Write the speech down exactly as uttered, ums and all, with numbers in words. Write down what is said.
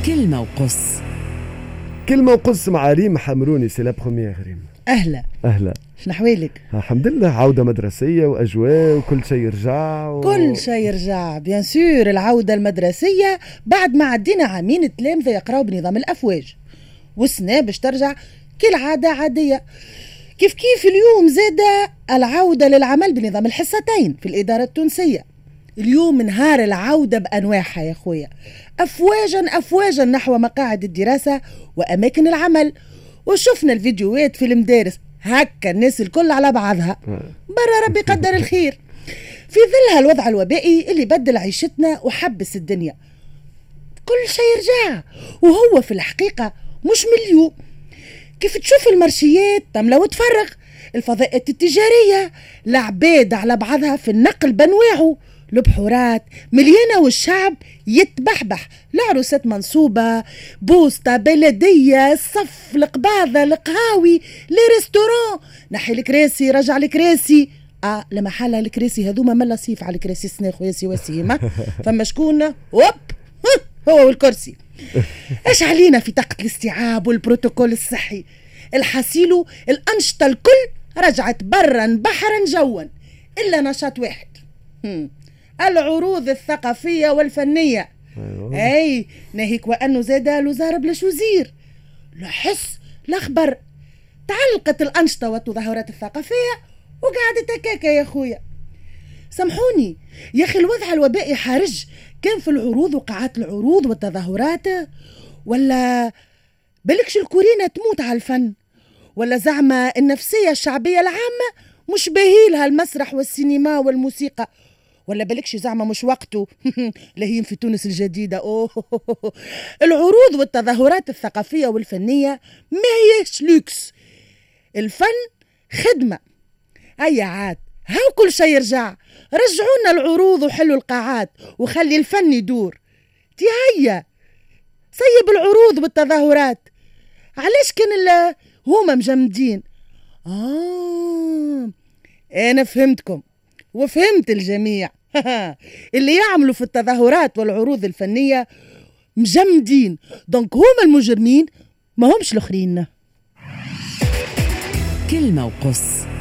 كلمة وقص. كلمة وقص مع ريم حمروني. سي لا بروميير ريم. أهلا أهلا. شنو أحوالك؟ الحمد لله، عودة مدرسية وأجواء وكل شيء يرجع و... كل شيء يرجع بيان سور. العودة المدرسية بعد ما عدينا عامين التلامذة يقراوا بنظام الأفواج، والسنة باش ترجع كالعادة عادية. كيف كيف اليوم زاد العودة للعمل بنظام الحصتين في الإدارة التونسية. اليوم نهار العودة بأنواعها يا خويا، أفواجا أفواجا نحو مقاعد الدراسة وأماكن العمل. وشفنا الفيديوهات في المدارس هكا الناس الكل على بعضها، برا ربي قدر الخير. في ظل هالوضع الوبائي اللي بدل عيشتنا وحبس الدنيا، كل شيء يرجع وهو في الحقيقة مش مليو. كيف تشوف المرشيات تملى وتفرغ، الفضاءات التجارية العباد على بعضها في النقل بنواعه، البحورات مليانة والشعب يتبحبح، العروسات منصوبة، بوسطة بلدية، الصف القباضة القهاوي، لي ريستوران، نحي الكراسي رجع الكراسي. اه لما حالة الكراسي هذوما ملا صيف على الكراسي سنة خويا سي وسيمة. فما شكون وب هو والكرسي. ايش علينا في طاقة الاستيعاب والبروتوكول الصحي؟ الحسيلو الأنشطة الكل رجعت برا بحرا جوا إلا نشاط واحد، هم. العروض الثقافية والفنية. أيوة. أي ناهيك وأنه زاد الوزارة بلاش وزير، لا حس لا خبر، تعلقت الأنشطة والتظاهرات الثقافية وقعدت هكاكا يا خويا. سامحوني يا أخي، الوضع الوبائي حارج كان في العروض وقاعات العروض والتظاهرات، ولا بلكش الكورينة تموت على الفن، ولا زعما النفسية الشعبية العامة مش باهيلها المسرح والسينما والموسيقى، ولا بلكش زعما مش وقته لهين في تونس الجديدة. أوه العروض والتظاهرات الثقافية والفنية ما هيش لوكس، الفن خدمة. أي عاد هاو كل شيء يرجع، رجعونا العروض وحلوا القاعات وخلي الفن يدور. تي هيا سيب العروض والتظاهرات، علاش كان هما مجمدين؟ آه أنا فهمتكم وفهمت الجميع. اللي يعملوا في التظاهرات والعروض الفنية مجمدين، دونك هما المجرمين ما همش الآخرين. كلمة وقص.